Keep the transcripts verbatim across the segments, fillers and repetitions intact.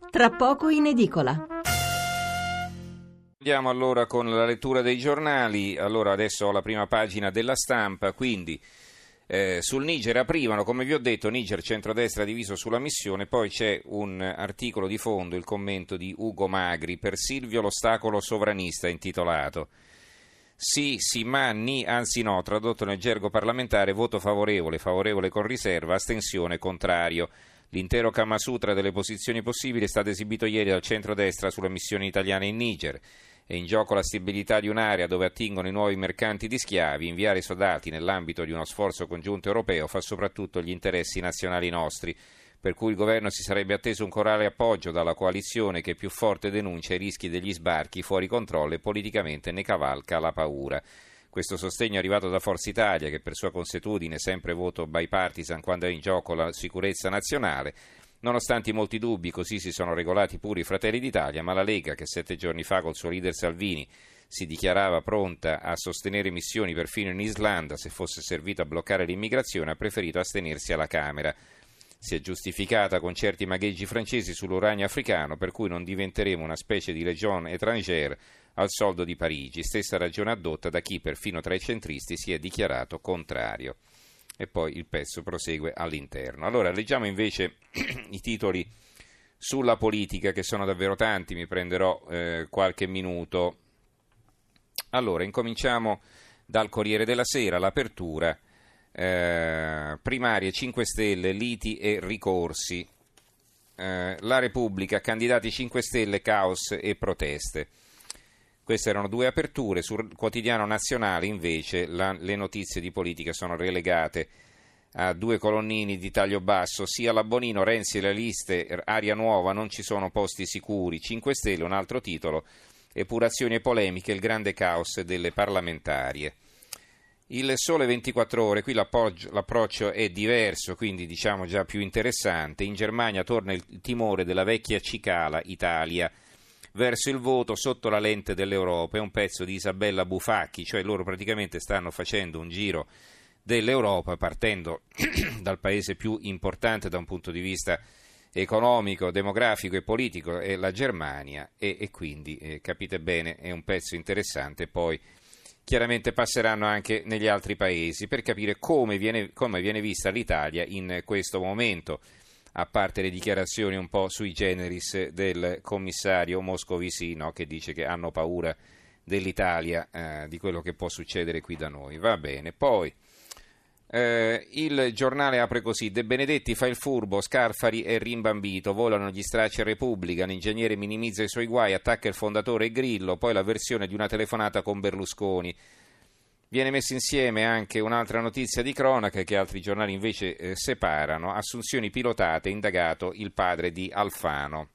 tra poco in edicola. Andiamo allora con la lettura dei giornali. Allora adesso ho la prima pagina della Stampa, quindi eh, sul Niger aprivano, come vi ho detto, Niger centrodestra diviso sulla missione, poi c'è un articolo di fondo, il commento di Ugo Magri, per Silvio l'ostacolo sovranista intitolato Sì, sì, ma, ni, anzi no, tradotto nel gergo parlamentare, voto favorevole, favorevole con riserva, astensione, contrario. L'intero Kama Sutra delle posizioni possibili è stato esibito ieri dal centrodestra sulle missioni italiane in Niger. È in gioco la stabilità di un'area dove attingono i nuovi mercanti di schiavi. Inviare soldati nell'ambito di uno sforzo congiunto europeo fa soprattutto gli interessi nazionali nostri, per cui il governo si sarebbe atteso un corale appoggio dalla coalizione che più forte denuncia i rischi degli sbarchi fuori controllo e politicamente ne cavalca la paura. Questo sostegno è arrivato da Forza Italia, che per sua consuetudine sempre voto bipartisan quando è in gioco la sicurezza nazionale. Nonostante i molti dubbi, così si sono regolati pure i Fratelli d'Italia, ma la Lega, che sette giorni fa col suo leader Salvini si dichiarava pronta a sostenere missioni perfino in Islanda se fosse servito a bloccare l'immigrazione, ha preferito astenersi alla Camera. Si è giustificata con certi magheggi francesi sull'uranio africano, per cui non diventeremo una specie di légion étrangère al soldo di Parigi, stessa ragione addotta da chi perfino tra i centristi si è dichiarato contrario. E poi il pezzo prosegue all'interno. Allora leggiamo invece i titoli sulla politica, che sono davvero tanti, mi prenderò eh, qualche minuto. Allora, incominciamo dal Corriere della Sera, l'apertura, eh, primarie cinque Stelle, liti e ricorsi. Eh, la Repubblica, candidati cinque Stelle, caos e proteste. Queste erano due aperture. Sul quotidiano nazionale invece la, le notizie di politica sono relegate a due colonnini di taglio basso, sia la Bonino, Renzi e le liste, aria nuova, non ci sono posti sicuri, cinque Stelle, un altro titolo, epurazioni e polemiche, il grande caos delle parlamentarie. Il Sole ventiquattro Ore, qui l'approccio è diverso, quindi diciamo già più interessante. In Germania torna il timore della vecchia cicala Italia verso il voto sotto la lente dell'Europa. È un pezzo di Isabella Bufacchi, cioè loro praticamente stanno facendo un giro dell'Europa partendo dal paese più importante da un punto di vista economico, demografico e politico, è la Germania, e, e quindi eh, capite bene, è un pezzo interessante. Poi chiaramente passeranno anche negli altri paesi per capire come viene, come viene vista l'Italia in questo momento, a parte le dichiarazioni un po' sui generis del commissario Moscovici, no, che dice che hanno paura dell'Italia, eh, di quello che può succedere qui da noi. Va bene, poi eh, il giornale apre così: De Benedetti fa il furbo, Scalfari è rimbambito, volano gli stracci a Repubblica, l'ingegnere minimizza i suoi guai, attacca il fondatore Grillo, poi la versione di una telefonata con Berlusconi. Viene messa insieme anche un'altra notizia di cronaca che altri giornali invece eh, separano: assunzioni pilotate, indagato il padre di Alfano.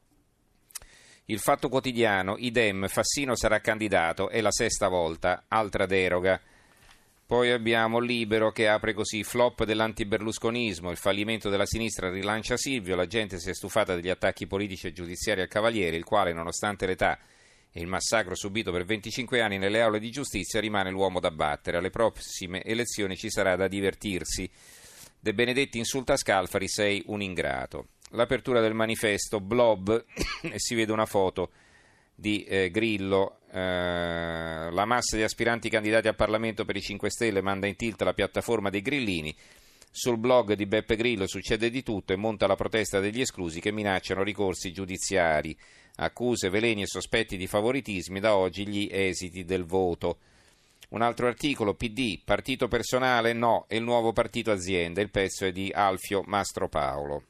Il Fatto Quotidiano, idem, Fassino sarà candidato, è la sesta volta, altra deroga. Poi abbiamo Libero che apre così: flop dell'antiberlusconismo, il fallimento della sinistra rilancia Silvio, la gente si è stufata degli attacchi politici e giudiziari al Cavaliere, il quale nonostante l'età e il massacro subito per venticinque anni nelle aule di giustizia rimane l'uomo da battere. Alle prossime elezioni ci sarà da divertirsi. De Benedetti insulta Scalfari, sei un ingrato. L'apertura del Manifesto, Blob, e si vede una foto di eh, Grillo. Eh, la massa di aspiranti candidati al Parlamento per i cinque Stelle manda in tilt la piattaforma dei grillini. Sul blog di Beppe Grillo succede di tutto e monta la protesta degli esclusi che minacciano ricorsi giudiziari. Accuse, veleni e sospetti di favoritismi, da oggi gli esiti del voto. Un altro articolo, P D, partito personale, no, è il nuovo partito azienda, il pezzo è di Alfio Mastropaolo.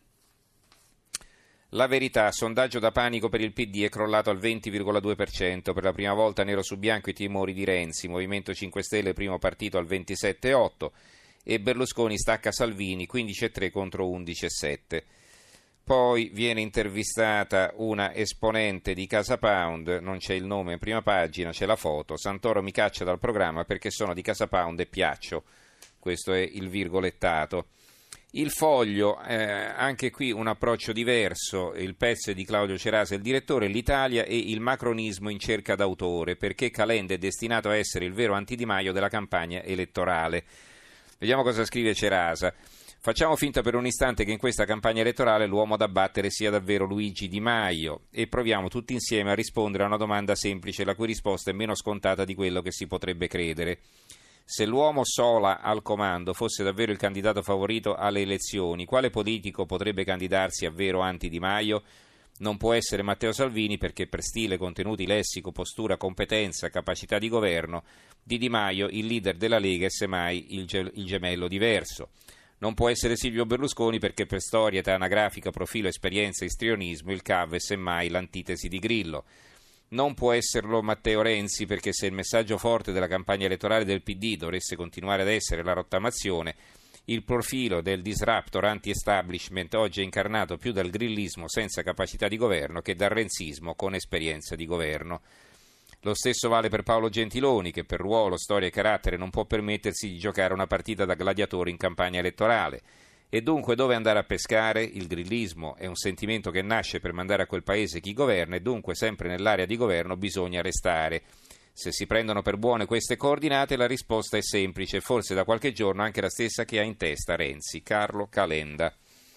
La Verità, sondaggio da panico per il P D, è crollato al venti virgola due per cento, per la prima volta nero su bianco i timori di Renzi, Movimento cinque Stelle primo partito al ventisette virgola otto e Berlusconi stacca Salvini quindici virgola tre contro undici virgola sette. Poi viene intervistata una esponente di Casa Pound, non c'è il nome in prima pagina, c'è la foto. Santoro mi caccia dal programma perché sono di Casa Pound e piaccio. Questo è il virgolettato. Il Foglio, eh, anche qui un approccio diverso, il pezzo è di Claudio Cerasa, il direttore, l'Italia e il macronismo in cerca d'autore, perché Calenda è destinato a essere il vero antidimaio della campagna elettorale. Vediamo cosa scrive Cerasa. Facciamo finta per un istante che in questa campagna elettorale l'uomo da battere sia davvero Luigi Di Maio e proviamo tutti insieme a rispondere a una domanda semplice, la cui risposta è meno scontata di quello che si potrebbe credere. Se l'uomo sola al comando fosse davvero il candidato favorito alle elezioni, quale politico potrebbe candidarsi a vero anti-Di Maio? Non può essere Matteo Salvini perché per stile, contenuti, lessico, postura, competenza, capacità di governo di Di Maio il leader della Lega è semmai il, ge- il gemello diverso. Non può essere Silvio Berlusconi perché per storia, età anagrafica, profilo, esperienza e istrionismo il C A V è semmai l'antitesi di Grillo. Non può esserlo Matteo Renzi perché se il messaggio forte della campagna elettorale del P D dovesse continuare ad essere la rottamazione, il profilo del disruptor anti-establishment oggi è incarnato più dal grillismo senza capacità di governo che dal renzismo con esperienza di governo. Lo stesso vale per Paolo Gentiloni, che per ruolo, storia e carattere non può permettersi di giocare una partita da gladiatore in campagna elettorale. E dunque dove andare a pescare? Il grillismo è un sentimento che nasce per mandare a quel paese chi governa e dunque sempre nell'area di governo bisogna restare. Se si prendono per buone queste coordinate la risposta è semplice, forse da qualche giorno anche la stessa che ha in testa Renzi. Carlo Calenda.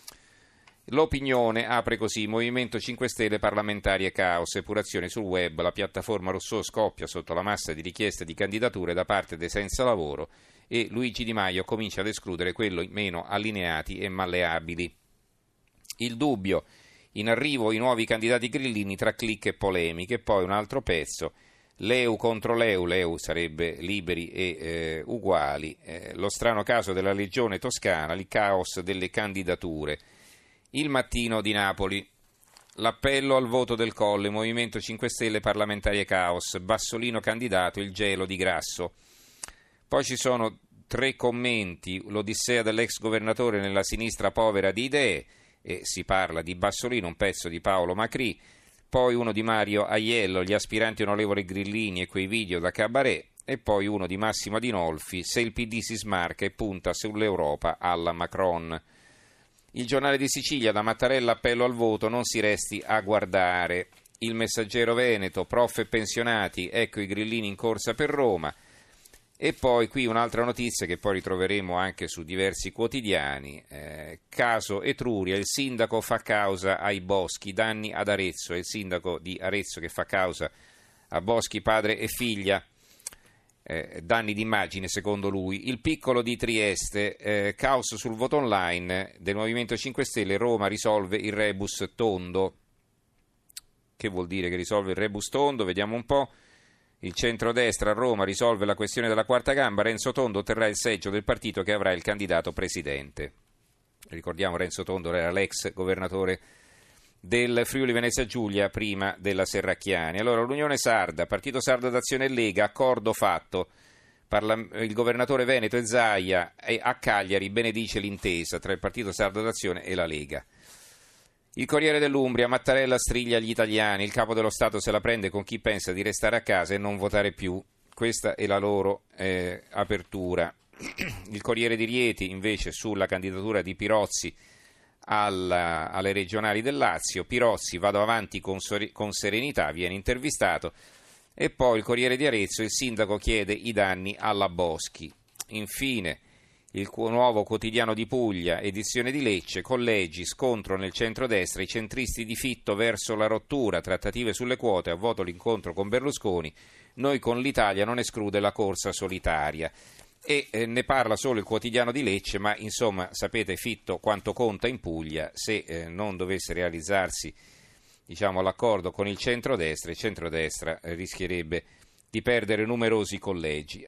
L'opinione apre così: Movimento cinque Stelle, parlamentari e caos, epurazione sul web, la piattaforma Rousseau scoppia sotto la massa di richieste di candidature da parte dei senza lavoro e Luigi Di Maio comincia ad escludere quelli meno allineati e malleabili. Il dubbio, in arrivo i nuovi candidati grillini tra click e polemiche, poi un altro pezzo, l'E U contro l'E U, l'E U sarebbe liberi e eh, uguali, eh, lo strano caso della Legione Toscana, il caos delle candidature. Il Mattino di Napoli, l'appello al voto del Colle, Movimento cinque Stelle, parlamentari e caos, Bassolino candidato, il gelo di Grasso. Poi ci sono tre commenti, l'odissea dell'ex governatore nella sinistra povera di idee, e si parla di Bassolino, un pezzo di Paolo Macri, poi uno di Mario Aiello, gli aspiranti onorevoli grillini e quei video da cabaret, e poi uno di Massimo Adinolfi, se il P D si smarca e punta sull'Europa alla Macron. Il Giornale di Sicilia, da Mattarella appello al voto, non si resti a guardare. Il Messaggero Veneto, prof e pensionati, ecco i grillini in corsa per Roma. E poi qui un'altra notizia che poi ritroveremo anche su diversi quotidiani, eh, caso Etruria, il sindaco fa causa ai boschi, danni ad Arezzo, è il sindaco di Arezzo che fa causa a Boschi padre e figlia. Eh, danni d'immagine secondo lui. Il Piccolo di Trieste, eh, caos sul voto online del Movimento cinque Stelle, Roma risolve il rebus tondo. Che vuol dire che risolve il rebus tondo? Vediamo un po'. Il centrodestra a Roma risolve la questione della quarta gamba, Renzo Tondo otterrà il seggio del partito che avrà il candidato presidente. Ricordiamo, Renzo Tondo era l'ex governatore del Friuli Venezia Giulia prima della Serracchiani. Allora, l'Unione Sarda, Partito Sardo d'Azione e Lega, accordo fatto. Parla, il governatore Veneto e Zaia e a Cagliari benedice l'intesa tra il Partito Sardo d'Azione e la Lega. Il Corriere dell'Umbria, Mattarella striglia gli italiani, il capo dello Stato se la prende con chi pensa di restare a casa e non votare più. Questa è la loro eh, apertura. Il Corriere di Rieti invece sulla candidatura di Pirozzi Alla, alle regionali del Lazio, Pirozzi vado avanti con, con serenità, viene intervistato. E poi il Corriere di Arezzo, il sindaco chiede i danni alla Boschi. Infine il nuovo quotidiano di Puglia, edizione di Lecce, collegi, scontro nel centrodestra, i centristi di Fitto verso la rottura, trattative sulle quote, a voto l'incontro con Berlusconi, noi con l'Italia non esclude la corsa solitaria. E eh, ne parla solo il quotidiano di Lecce, ma insomma sapete Fitto quanto conta in Puglia, se eh, non dovesse realizzarsi diciamo, l'accordo con il centrodestra, il centrodestra eh, rischierebbe di perdere numerosi collegi.